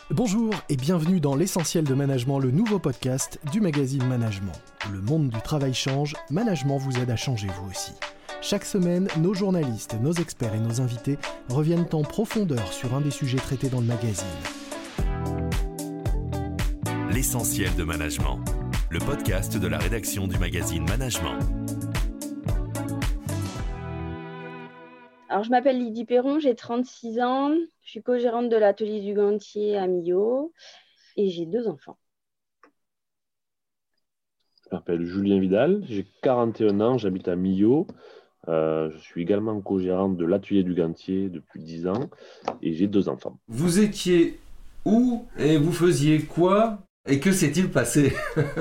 Bonjour et bienvenue dans l'Essentiel de Management, le nouveau podcast du magazine Management. Le monde du travail change, Management vous aide à changer vous aussi. Chaque semaine, nos journalistes, nos experts et nos invités reviennent en profondeur sur un des sujets traités dans le magazine. L'Essentiel de Management, le podcast de la rédaction du magazine Management. Alors, je m'appelle Lydie Perron, j'ai 36 ans, je suis co-gérante de l'atelier du Gantier à Millau et j'ai 2 enfants. Je m'appelle Julien Vidal, j'ai 41 ans, j'habite à Millau. Je suis également co-gérante de l'atelier du Gantier depuis 10 ans et j'ai 2 enfants. Vous étiez où et vous faisiez quoi et que s'est-il passé?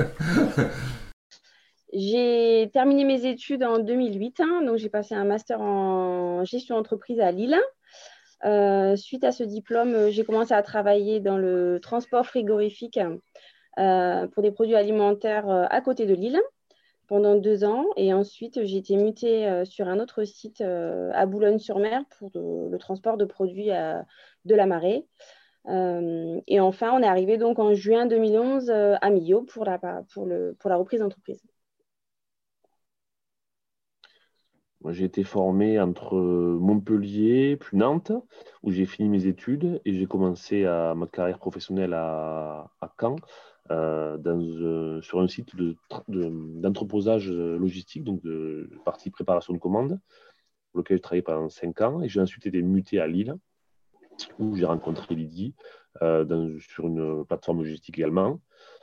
J'ai terminé mes études en 2008, donc j'ai passé un master en gestion d'entreprise à Lille. Suite à ce diplôme, j'ai commencé à travailler dans le transport frigorifique pour des produits alimentaires à côté de Lille pendant 2 ans. Et ensuite, j'ai été mutée sur un autre site à Boulogne-sur-Mer pour le transport de produits de la marée. Et enfin, on est arrivé donc en juin 2011 à Millau pour la reprise d'entreprise. Moi, j'ai été formé entre Montpellier puis Nantes, où j'ai fini mes études et j'ai commencé ma carrière professionnelle à Caen, sur un site d'entreposage logistique, donc de partie préparation de commandes, pour lequel j'ai travaillé pendant 5 ans. Et j'ai ensuite été muté à Lille, où j'ai rencontré Lydie sur une plateforme logistique également.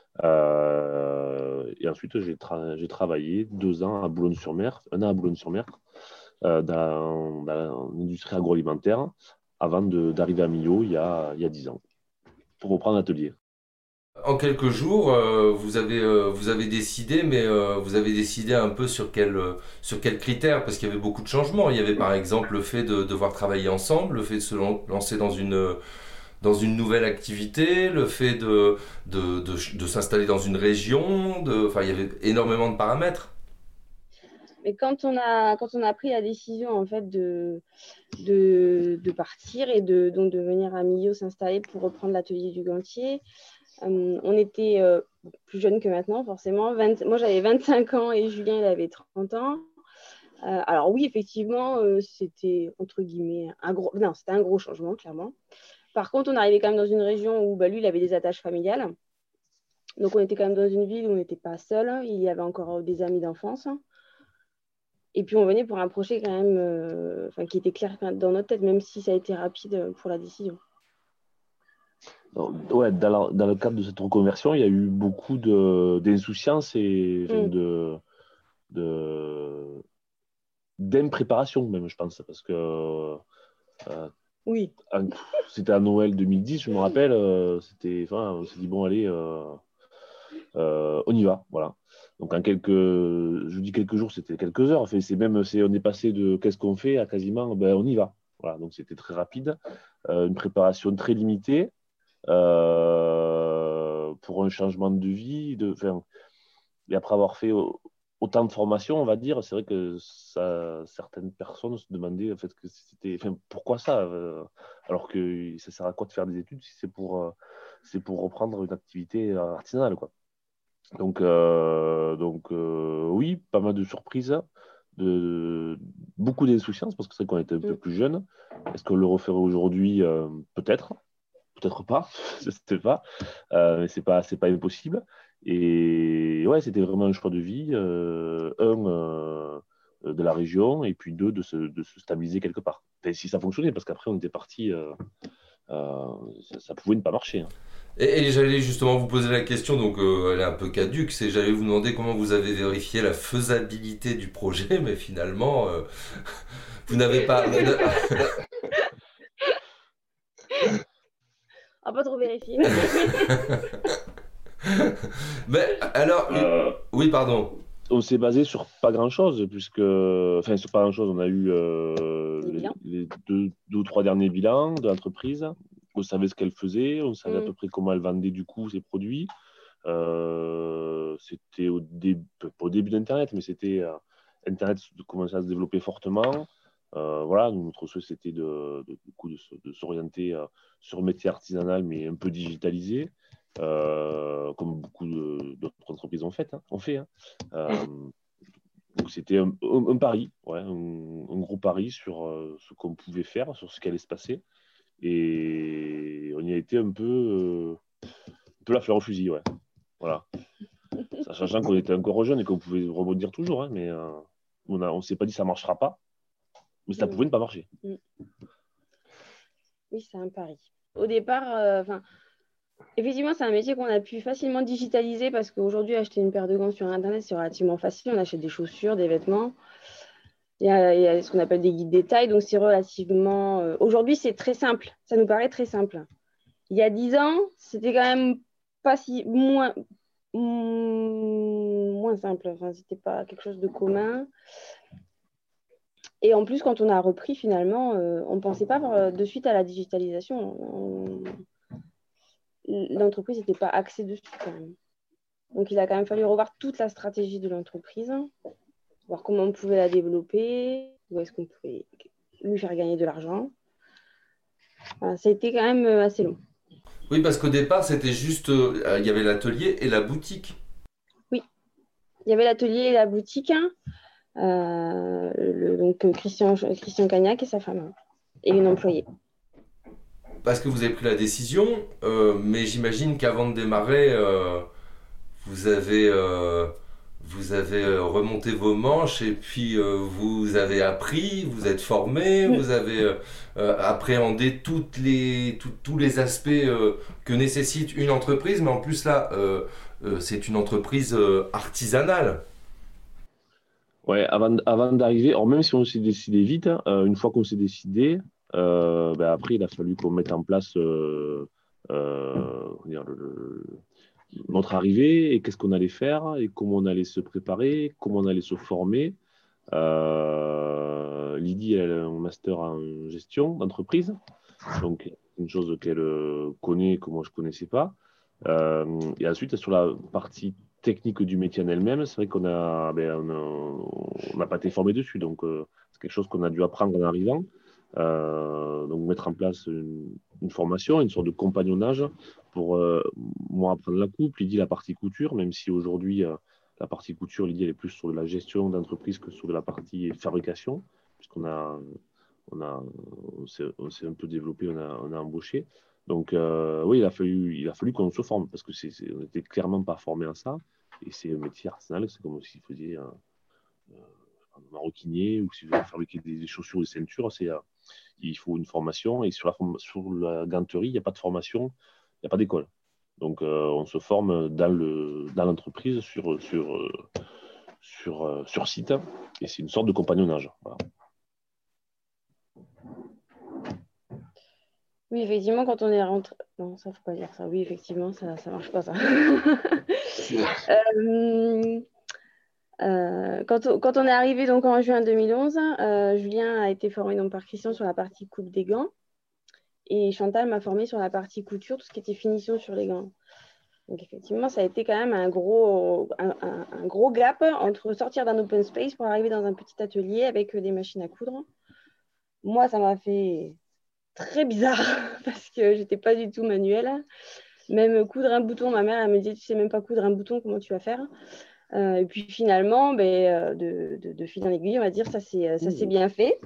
Et ensuite, j'ai travaillé 2 ans à Boulogne-sur-Mer, 1 an à Boulogne-sur-Mer, dans l'industrie agroalimentaire, avant d'arriver à Millau il y a 10 ans, pour reprendre l'atelier. En quelques jours, vous avez décidé, mais vous avez décidé un peu sur quels critères, parce qu'il y avait beaucoup de changements. Il y avait par exemple le fait de devoir travailler ensemble, le fait de se lancer dans une nouvelle activité, le fait de s'installer dans une région, il y avait énormément de paramètres. Mais quand on a pris la décision en fait de partir et donc de venir à Millau s'installer pour reprendre l'atelier du Gantier, on était plus jeunes que maintenant forcément. Moi j'avais 25 ans et Julien il avait 30 ans. Alors oui, effectivement, c'était entre guillemets c'était un gros changement clairement. Par contre, on arrivait quand même dans une région où lui, il avait des attaches familiales. Donc, on était quand même dans une ville où on n'était pas seul. Il y avait encore des amis d'enfance. Et puis, on venait pour un projet quand même qui était clair dans notre tête, même si ça a été rapide pour la décision. Ouais, dans le cadre de cette reconversion, il y a eu beaucoup d'insouciance et d'impréparation même, je pense, parce que oui. C'était à Noël 2010, je me rappelle, on s'est dit bon allez, on y va, voilà. Donc je dis quelques jours, c'était quelques heures. Enfin, on est passé de qu'est-ce qu'on fait à quasiment on y va. Voilà, donc c'était très rapide, une préparation très limitée pour un changement de vie, et après avoir fait autant de formations, on va dire, c'est vrai que certaines personnes se demandaient en fait pourquoi ça, alors que ça sert à quoi de faire des études si c'est pour reprendre une activité artisanale, quoi. Donc oui, pas mal de surprises, beaucoup d'insouciance parce que c'est vrai qu'on était un peu plus jeunes. Est-ce qu'on le referait aujourd'hui? Peut-être pas, je sais pas, mais c'est pas impossible. Et ouais, c'était vraiment un choix de vie, de la région, et puis 2, de se stabiliser quelque part. Enfin, si ça fonctionnait, parce qu'après on était parti, ça pouvait ne pas marcher, hein. Et j'allais justement vous poser la question, donc elle est un peu caduque, j'allais vous demander comment vous avez vérifié la faisabilité du projet, mais finalement, vous n'avez pas... On va pas trop vérifier. Mais alors, oui, pardon. On s'est basé sur pas grand-chose, sur pas grand-chose, on a eu les 2 ou 3 derniers bilans de l'entreprise. On savait ce qu'elle faisait, on savait à peu près comment elle vendait du coup ses produits. C'était pas au début d'Internet, mais c'était Internet commençait à se développer fortement. Voilà, notre souhait, c'était de s'orienter sur le métier artisanal, mais un peu digitalisé, comme beaucoup d'autres entreprises ont fait. Donc, c'était un pari, un gros pari sur ce qu'on pouvait faire, sur ce qui allait se passer. Et on y a été un peu la fleur au fusil, ouais. Voilà. Sachant qu'on était encore jeunes et qu'on pouvait rebondir toujours, mais on s'est pas dit ça marchera pas, mais ça pouvait ne pas marcher. Oui, c'est un pari. Au départ, effectivement, c'est un métier qu'on a pu facilement digitaliser parce qu'aujourd'hui, acheter une paire de gants sur Internet, c'est relativement facile. On achète des chaussures, des vêtements. Il y a ce qu'on appelle des guides détails, donc c'est relativement... Aujourd'hui, c'est très simple. Ça nous paraît très simple. Il y a 10 ans, c'était quand même pas si... moins simple. Enfin, c'était pas quelque chose de commun. Et en plus, quand on a repris, finalement, on ne pensait pas de suite à la digitalisation. L'entreprise n'était pas axée dessus quand même. Donc, il a quand même fallu revoir toute la stratégie de l'entreprise, voir comment on pouvait la développer, où est-ce qu'on pouvait lui faire gagner de l'argent. Enfin, ça a été quand même assez long. Oui, parce qu'au départ, c'était juste, il y avait l'atelier et la boutique. Oui, il y avait l'atelier et la boutique, donc Christian Cagnac et sa femme, et une employée. Parce que vous avez pris la décision, mais j'imagine qu'avant de démarrer, vous avez remonté vos manches et puis vous avez appris, vous êtes formé, vous avez appréhendé tous les aspects que nécessite une entreprise, mais en plus là, c'est une entreprise artisanale. Ouais, avant d'arriver, alors même si on s'est décidé vite, une fois qu'on s'est décidé, après, il a fallu qu'on mette en place notre arrivée et qu'est-ce qu'on allait faire et comment on allait se préparer, comment on allait se former. Lydie, elle a un master en gestion d'entreprise, donc une chose qu'elle connaît que moi je ne connaissais pas. Et ensuite, sur la partie technique du métier en elle-même, c'est vrai qu'on n'a pas été formé dessus, donc c'est quelque chose qu'on a dû apprendre en arrivant. Donc mettre en place une formation, une sorte de compagnonnage pour moi apprendre la coupe, Lydie la partie couture, même si aujourd'hui la partie couture, Lydie elle est plus sur de la gestion d'entreprise que sur de la partie fabrication, puisqu'on s'est un peu développé, on a embauché. Donc oui, il a fallu qu'on se forme parce que on n'était clairement pas formé à ça. Et c'est un métier artisanal, c'est comme s'il faisait un maroquinier ou si vous fabriquez des chaussures ou des ceintures, il faut une formation. Et sur la ganterie, il n'y a pas de formation, il n'y a pas d'école. Donc on se forme dans l'entreprise sur site et c'est une sorte de compagnonnage. Voilà. Oui, effectivement, quand on est rentré... Non, ça, faut pas dire ça. Oui, effectivement, ça marche pas, ça. Quand on est arrivé donc, en juin 2011, Julien a été formé donc, par Christian sur la partie coupe des gants et Chantal m'a formé sur la partie couture, tout ce qui était finition sur les gants. Donc, effectivement, ça a été quand même un gros gap entre sortir d'un open space pour arriver dans un petit atelier avec des machines à coudre. Moi, ça m'a fait très bizarre parce que j'étais pas du tout manuelle. Même coudre un bouton, ma mère elle me disait tu sais même pas coudre un bouton, comment tu vas faire? Et puis finalement, de fil en aiguille, on va dire ça s'est bien fait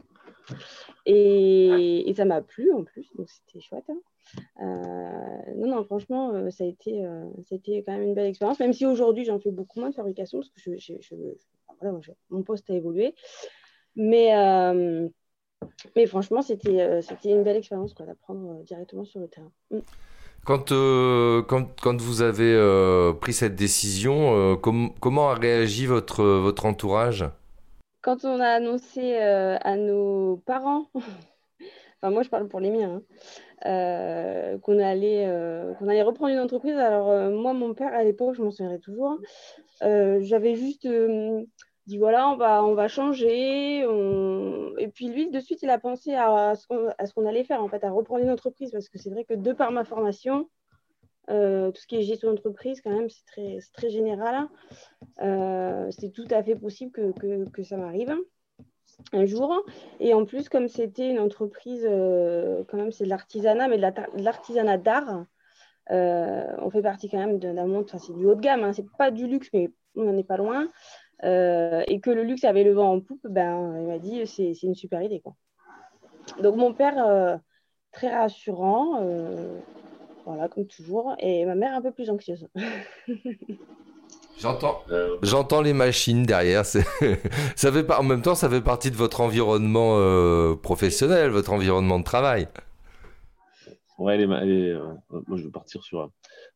et ça m'a plu en plus, donc c'était chouette. Non, franchement, ça a été quand même une belle expérience, même si aujourd'hui j'en fais beaucoup moins de fabrication parce que mon poste a évolué, mais franchement, c'était une belle expérience d'apprendre directement sur le terrain. Quand vous avez pris cette décision, comment a réagi votre entourage? Quand on a annoncé à nos parents, enfin moi je parle pour les miens, qu'on allait reprendre une entreprise. Alors moi, mon père, à l'époque, je m'en souviendrai toujours, j'avais juste... dit voilà, on va changer. Et puis lui, de suite, il a pensé à ce qu'on allait faire, en fait, à reprendre une entreprise. Parce que c'est vrai que de par ma formation, tout ce qui est gestion d'entreprise, quand même, c'est très général. C'est tout à fait possible que ça m'arrive. un jour. Et en plus, comme c'était une entreprise, quand même, c'est de l'artisanat, mais de l'artisanat d'art. On fait partie quand même d'un monde, c'est du haut de gamme, hein, c'est pas du luxe, mais on n'en est pas loin. Et que le luxe avait le vent en poupe, ben, il m'a dit c'est une super idée, quoi. Donc mon père, très rassurant, voilà, comme toujours, et ma mère un peu plus anxieuse. J'entends, Euh, j'entends les machines derrière. En même temps, ça fait partie de votre environnement professionnel, votre environnement de travail. ouais, moi, je vais partir sur.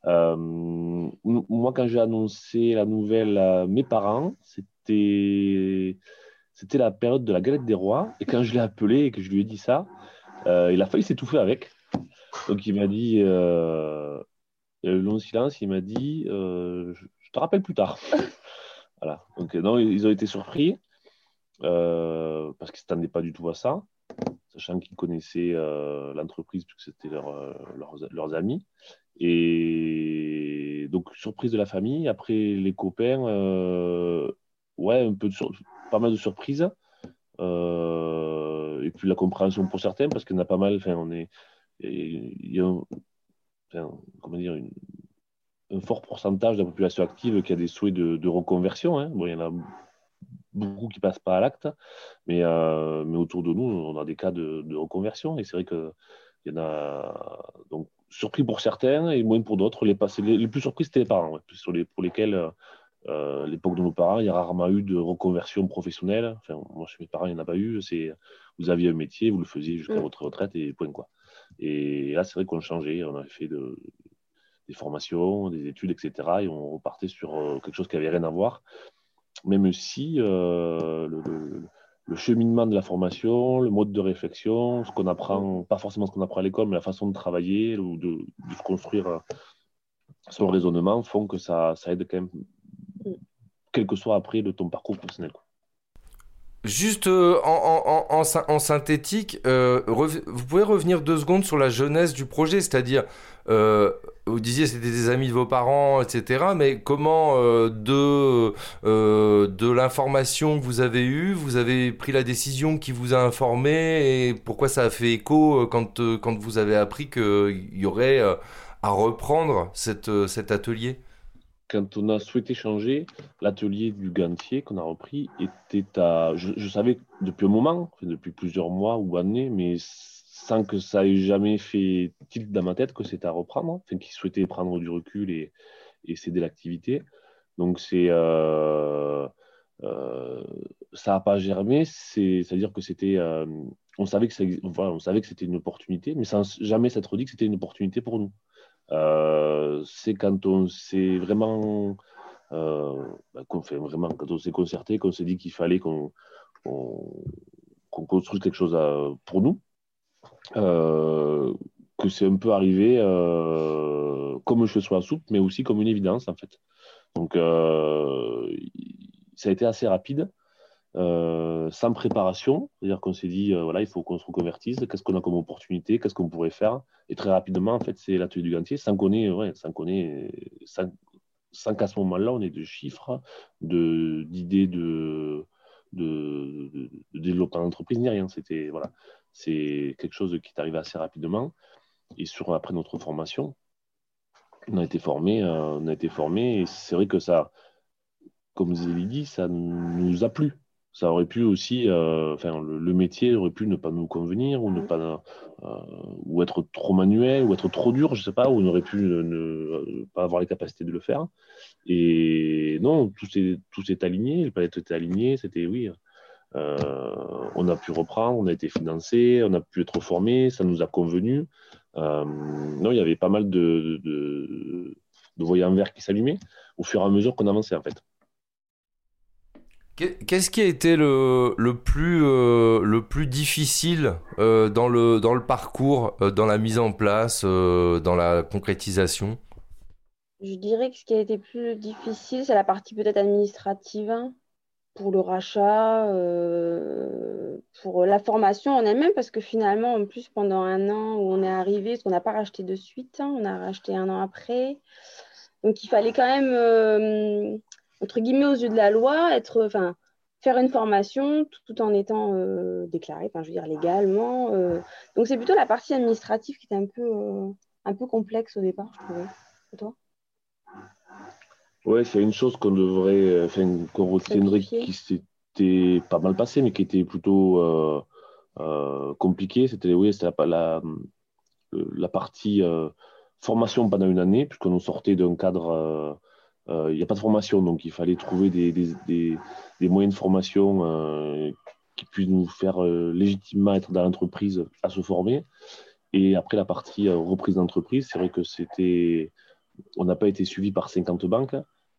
Moi, quand j'ai annoncé la nouvelle à mes parents, c'était la période de la galette des rois. Et quand je l'ai appelé et que je lui ai dit ça, il a failli s'étouffer avec. Donc, il m'a dit, il y a eu un long silence, il m'a dit, je te rappelle plus tard. Voilà. Donc, non, ils ont été surpris parce qu'ils ne s'attendaient pas du tout à ça, sachant qu'ils connaissaient l'entreprise puisque c'était leurs amis. Et donc, surprise de la famille. Après, les copains, ouais, pas mal de surprises. Et puis la compréhension pour certains, parce qu'il y en a pas mal. Enfin, il y a comment dire, un fort pourcentage de la population active qui a des souhaits de reconversion, hein. Bon, il y en a beaucoup qui passent pas à l'acte, mais autour de nous, on a des cas de reconversion. Et c'est vrai qu'il y en a donc surpris pour certains et moins pour d'autres. Les plus surpris, c'était les parents, ouais, pour lesquels, l'époque de nos parents, il y a rarement eu de reconversion professionnelle. Enfin, moi, chez mes parents, il n'y en a pas eu. Vous aviez un métier, vous le faisiez jusqu'à votre retraite et point, quoi. Et là, c'est vrai qu'on changeait. On avait fait des formations, des études, etc. Et on repartait sur quelque chose qui n'avait rien à voir. Même si le cheminement de la formation, le mode de réflexion, ce qu'on apprend, pas forcément ce qu'on apprend à l'école, mais la façon de travailler ou de se construire son raisonnement font que ça aide quand même, quel que soit après ton parcours professionnel, quoi. Juste en synthétique, vous pouvez revenir 2 secondes sur la jeunesse du projet, c'est-à-dire, vous disiez c'était des amis de vos parents, etc. Mais comment de l'information que vous avez eue, vous avez pris la décision qui vous a informé et pourquoi ça a fait écho quand vous avez appris qu'il y aurait à reprendre cet atelier? Quand on a souhaité changer, l'atelier du gantier qu'on a repris était je savais depuis un moment, enfin, depuis plusieurs mois ou années, mais sans que ça ait jamais fait tilt dans ma tête que c'était à reprendre, enfin, qu'ils souhaitaient prendre du recul et céder l'activité. Donc ça n'a pas germé, c'est-à-dire que on savait voilà, on savait que c'était une opportunité, mais sans jamais s'être dit que c'était une opportunité pour nous. C'est quand on s'est vraiment, quand on s'est concerté, qu'on s'est dit qu'il fallait qu'on construise quelque chose pour nous, que c'est un peu arrivé comme un cheveu sur la soupe, mais aussi comme une évidence en fait. Donc ça a été assez rapide. Sans préparation, c'est-à-dire qu'on s'est dit, voilà, il faut qu'on se reconvertisse, qu'est-ce qu'on a comme opportunité, qu'est-ce qu'on pourrait faire, et très rapidement, en fait, c'est l'atelier du gantier, sans qu'à ce moment-là, on ait de chiffres, d'idées de développement d'entreprise, ni rien. Voilà, c'est quelque chose qui est arrivé assez rapidement, et après notre formation, on a été formés, et c'est vrai que ça, comme Zélie dit, ça nous a plu. Ça aurait pu aussi, le métier aurait pu ne pas nous convenir ou ne pas, ou être trop manuel ou être trop dur, je sais pas, ou on aurait pu ne pas avoir les capacités de le faire. Et non, tout s'est aligné, le palette était aligné, c'était oui. On a pu reprendre, on a été financé, on a pu être formé, ça nous a convenu. Non, il y avait pas mal de voyants verts qui s'allumaient au fur et à mesure qu'on avançait en fait. Qu'est-ce qui a été le plus difficile dans le parcours, dans la mise en place, dans la concrétisation? Je dirais que ce qui a été plus difficile, c'est la partie peut-être administrative, hein, pour le rachat, pour la formation en elle-même, parce que finalement, en plus, pendant un an où on est arrivé, parce qu'on n'a pas racheté de suite, hein, on a racheté un an après. Donc, il fallait quand même, entre guillemets, aux yeux de la loi, faire une formation tout en étant déclaré, enfin, je veux dire légalement. Donc, c'est plutôt la partie administrative qui était un peu complexe au départ, je trouvais. Et toi? Ouais, c'est une chose qu'on devrait, qu'on retiendrait Simplifier. qui s'était pas mal passé, mais qui était plutôt compliqué. C'était la partie formation pendant une année, puisqu'on sortait d'un cadre. Il n'y a pas de formation, donc il fallait trouver des moyens de formation qui puissent nous faire légitimement être dans l'entreprise à se former. Et après la partie reprise d'entreprise, c'est vrai que on n'a pas été suivi par 50 banques.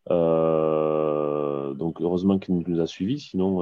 Donc heureusement qu'il nous a suivis,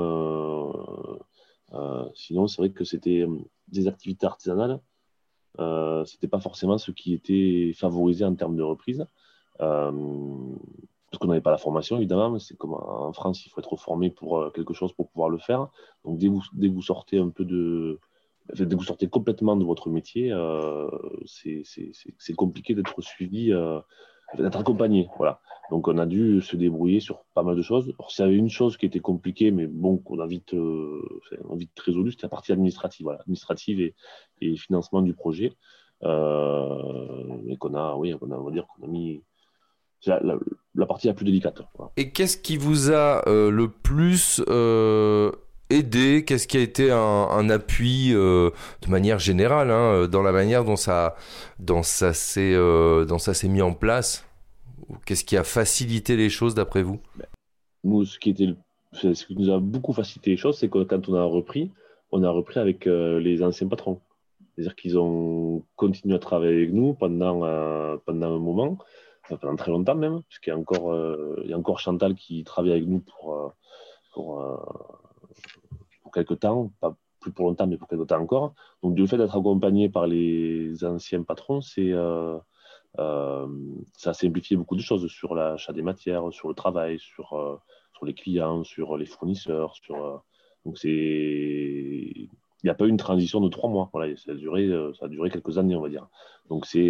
sinon c'est vrai que c'était des activités artisanales. C'était pas forcément ce qui était favorisé en termes de reprise. Parce qu'on n'avait pas la formation, évidemment. C'est comme en France, il faut être formé pour quelque chose pour pouvoir le faire. Donc, dès que vous sortez dès que vous sortez complètement de votre métier, c'est compliqué d'être suivi, d'être accompagné. Voilà. Donc, on a dû se débrouiller sur pas mal de choses. Alors, s'il y avait une chose qui était compliquée, mais bon, qu'on a vite résolu, c'était la partie administrative. Voilà. Administrative et financement du projet. Et on va dire qu'on a mis. C'est la partie la plus délicate. Voilà. Et qu'est-ce qui vous a le plus aidé? Qu'est-ce qui a été un appui de manière générale, hein, dans la manière dont ça s'est mis en place? Qu'est-ce qui a facilité les choses d'après vous? Nous, ce qui nous a beaucoup facilité les choses, c'est que quand on a repris avec les anciens patrons. C'est-à-dire qu'ils ont continué à travailler avec nous pendant un moment, pendant très longtemps même, puisqu'il y a encore Chantal qui travaille avec nous pour quelques temps, pas plus pour longtemps, mais pour quelques temps encore. Donc, le fait d'être accompagné par les anciens patrons, ça a simplifié beaucoup de choses sur l'achat des matières, sur le travail, sur les clients, sur les fournisseurs. Donc, il n'y a pas eu une transition de 3 mois. Voilà, ça a duré quelques années, on va dire. Donc, c'est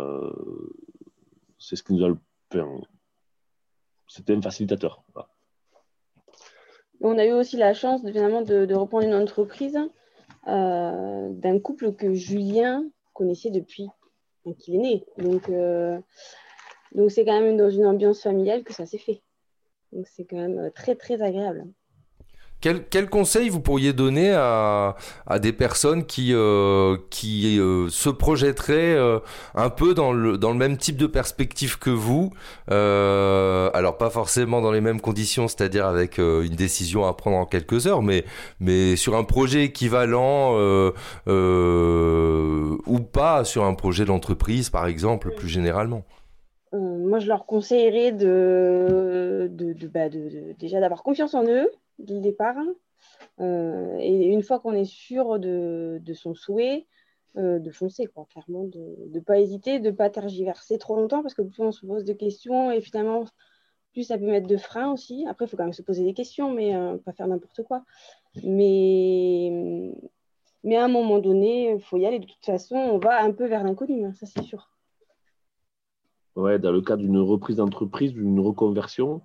ce qui nous a c'était un facilitateur. Voilà. On a eu aussi la chance finalement de reprendre une entreprise d'un couple que Julien connaissait depuis qu'il est né. Donc c'est quand même dans une ambiance familiale que ça s'est fait. Donc c'est quand même très très agréable. Quel conseil vous pourriez donner à des personnes qui se projetteraient un peu dans le même type de perspective que vous, alors pas forcément dans les mêmes conditions, c'est-à-dire avec une décision à prendre en quelques heures, mais sur un projet équivalent ou pas, sur un projet d'entreprise par exemple, plus généralement? Moi, je leur conseillerais déjà d'avoir confiance en eux dès le départ. Et une fois qu'on est sûr de son souhait, de foncer, quoi, clairement, de ne pas hésiter, de ne pas tergiverser trop longtemps, parce que plus on se pose de questions, et finalement, plus ça peut mettre de freins aussi. Après, il faut quand même se poser des questions, mais pas faire n'importe quoi. Mais à un moment donné, il faut y aller. De toute façon, on va un peu vers l'inconnu, hein, ça c'est sûr. Ouais, dans le cas d'une reprise d'entreprise, d'une reconversion,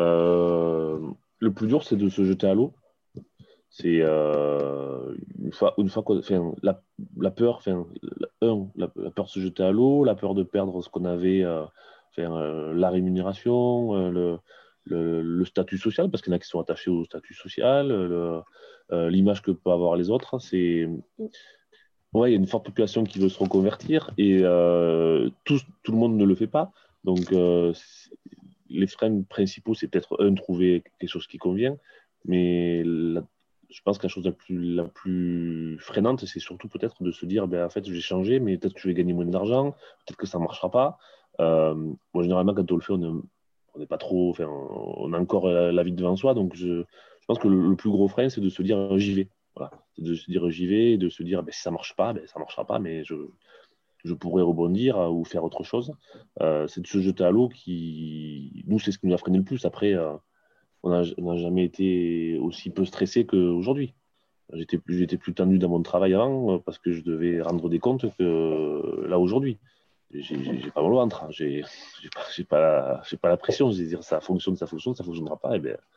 le plus dur, c'est de se jeter à l'eau. C'est une fois la peur, la peur de se jeter à l'eau, la peur de perdre ce qu'on avait, la rémunération, le statut social, parce qu'il y en a qui sont attachés au statut social, l'image que peuvent avoir les autres. Ouais, il y a une forte population qui veut se reconvertir et tout le monde ne le fait pas. Donc, les freins principaux, c'est peut-être trouver quelque chose qui convient. Mais je pense que la chose la plus freinante, c'est surtout peut-être de se dire, en fait, j'ai changé, mais peut-être que je vais gagner moins d'argent, peut-être que ça ne marchera pas. Généralement, quand on le fait, on n'est pas trop, on a encore la vie devant soi. Donc, je pense que le plus gros frein, c'est de se dire, j'y vais. Voilà. C'est de se dire, j'y vais, et de se dire, si ça ne marche pas, ça ne marchera pas, mais je pourrais rebondir ou faire autre chose. C'est de se jeter à l'eau nous, c'est ce qui nous a freiné le plus. Après, on n'a jamais été aussi peu stressé qu'aujourd'hui. J'étais plus tendu dans mon travail avant parce que je devais rendre des comptes que là aujourd'hui. J'ai pas mal au ventre. J'ai pas la pression. Je veux dire, ça fonctionne, ça fonctionnera pas.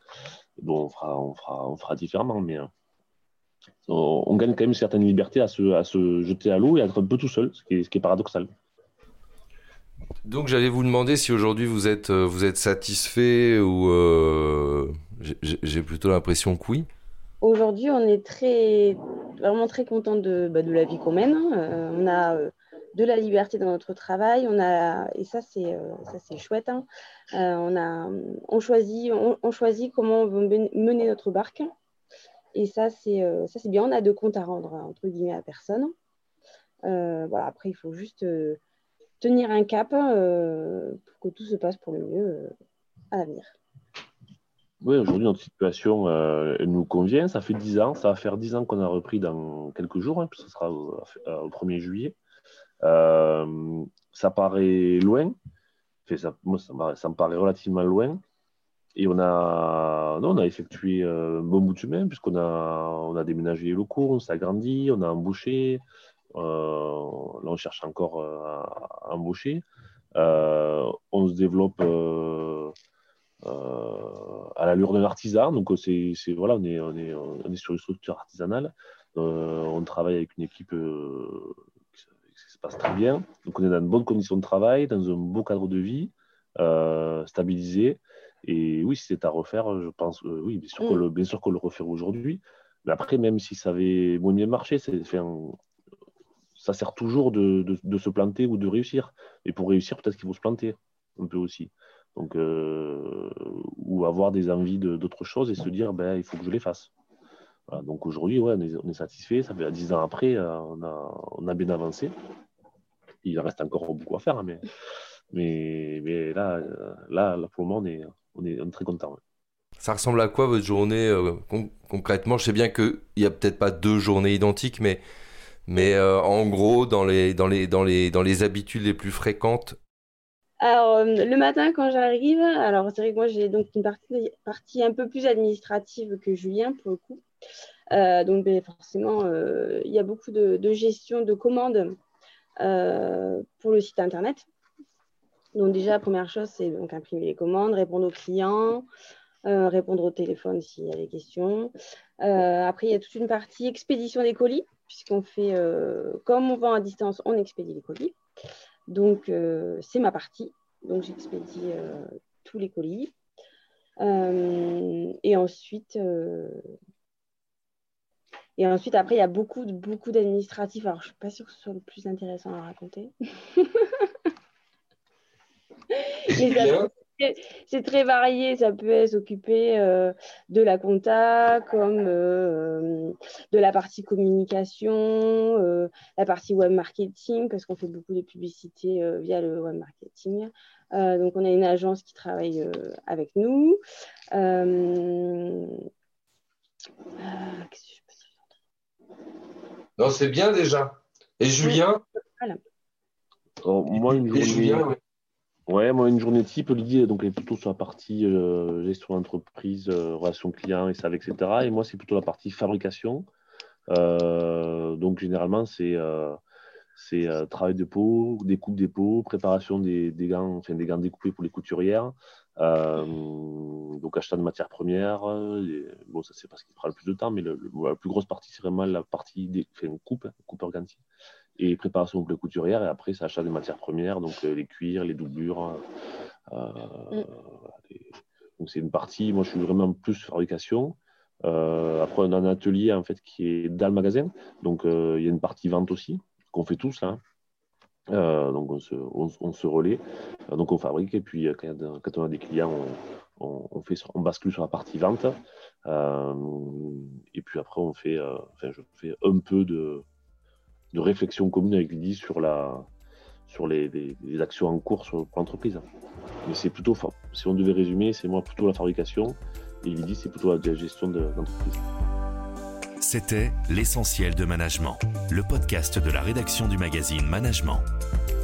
Bon, on fera différemment, mais on gagne quand même une certaine liberté à se jeter à l'eau et à être un peu tout seul, ce qui est paradoxal. Donc j'allais vous demander si aujourd'hui vous êtes satisfait ou j'ai plutôt l'impression que oui. Aujourd'hui, on est vraiment très content de la vie qu'on mène. On a de la liberté dans notre travail. Et ça c'est chouette. Hein. On choisit comment on veut mener notre barque. Et ça c'est bien. On a de compte à rendre entre guillemets à personne. Voilà. Après, il faut juste tenir un cap pour que tout se passe pour le mieux à l'avenir. Oui, aujourd'hui, notre situation elle nous convient. Ça fait 10 ans. Ça va faire 10 ans qu'on a repris dans quelques jours, hein, puis ce sera au 1er juillet. Ça paraît loin. Moi, ça me paraît relativement loin. Et on a effectué un bon bout de chemin, puisqu'on a déménagé les locaux, on s'est agrandi, on a embauché. Là, on cherche encore à embaucher. On se développe à l'allure d'un artisan, donc voilà, on est sur une structure artisanale. On travaille avec une équipe qui se passe très bien. Donc on est dans de bonnes conditions de travail, dans un beau cadre de vie, stabilisé. Et oui, si c'est à refaire, je pense oui, bien sûr qu'on le refait aujourd'hui. Mais après, même si ça avait moins bien marché, ça sert toujours de se planter ou de réussir. Et pour réussir, peut-être qu'il faut se planter un peu aussi. Donc, ou avoir des envies d'autres choses et se dire, il faut que je les fasse. Voilà, donc aujourd'hui, ouais, on est satisfait. Ça fait 10 ans après, on a bien avancé. Il reste encore beaucoup à faire, hein, mais là, pour le moment, on est très content. Ouais. Ça ressemble à quoi votre journée concrètement? Je sais bien qu'il n'y a peut-être pas 2 journées identiques, mais en gros, dans les habitudes les plus fréquentes. Alors, le matin, quand j'arrive, alors c'est vrai que moi, j'ai donc une partie un peu plus administrative que Julien, pour le coup. Donc, forcément, il y a beaucoup de gestion de commandes pour le site Internet. Donc, déjà, la première chose, c'est donc imprimer les commandes, répondre aux clients, répondre au téléphone s'il y a des questions. Après, il y a toute une partie expédition des colis, puisqu'on fait, comme on vend à distance, on expédie les colis. Donc, c'est ma partie. Donc, j'expédie tous les colis. Et ensuite, après, il y a beaucoup d'administratifs. Alors, je ne suis pas sûre que ce soit le plus intéressant à raconter. C'est très varié. Ça peut s'occuper de la compta, comme de la partie communication, la partie web marketing, parce qu'on fait beaucoup de publicité via le web marketing. Donc, on a une agence qui travaille avec nous. Qu'est-ce que je peux dire? Non, c'est bien déjà. Et Julien? Voilà. Moi, une journée... Julien, ouais. Ouais, moi, une journée type, l'idée donc, est plutôt sur la partie gestion d'entreprise, relations clients, et ça, etc. Et moi, c'est plutôt la partie fabrication. Donc, généralement, c'est travail de peau, découpe des peaux, préparation des gants découpés pour les couturières. Donc, achat de matières premières. Bon, ça, c'est pas ce qui prend le plus de temps, mais la plus grosse partie, c'est vraiment la partie coupe organtique. Et préparation pour les couturières, et après, c'est achat des matières premières, donc les cuirs, les doublures. Donc, c'est une partie, moi, je suis vraiment plus fabrication. Après, on a un atelier, en fait, qui est dans le magasin. Donc, il y a une partie vente aussi, qu'on fait tous, là. Donc, on se relaie. Donc, on fabrique, et puis, quand on a des clients, on bascule sur la partie vente. Et puis, après, je fais un peu de réflexion commune avec Lydie sur les actions en cours pour l'entreprise. Mais c'est plutôt, si on devait résumer, c'est moi plutôt la fabrication et Lydie, c'est plutôt la gestion d'entreprise. C'était L'Essentiel de Management, le podcast de la rédaction du magazine Management.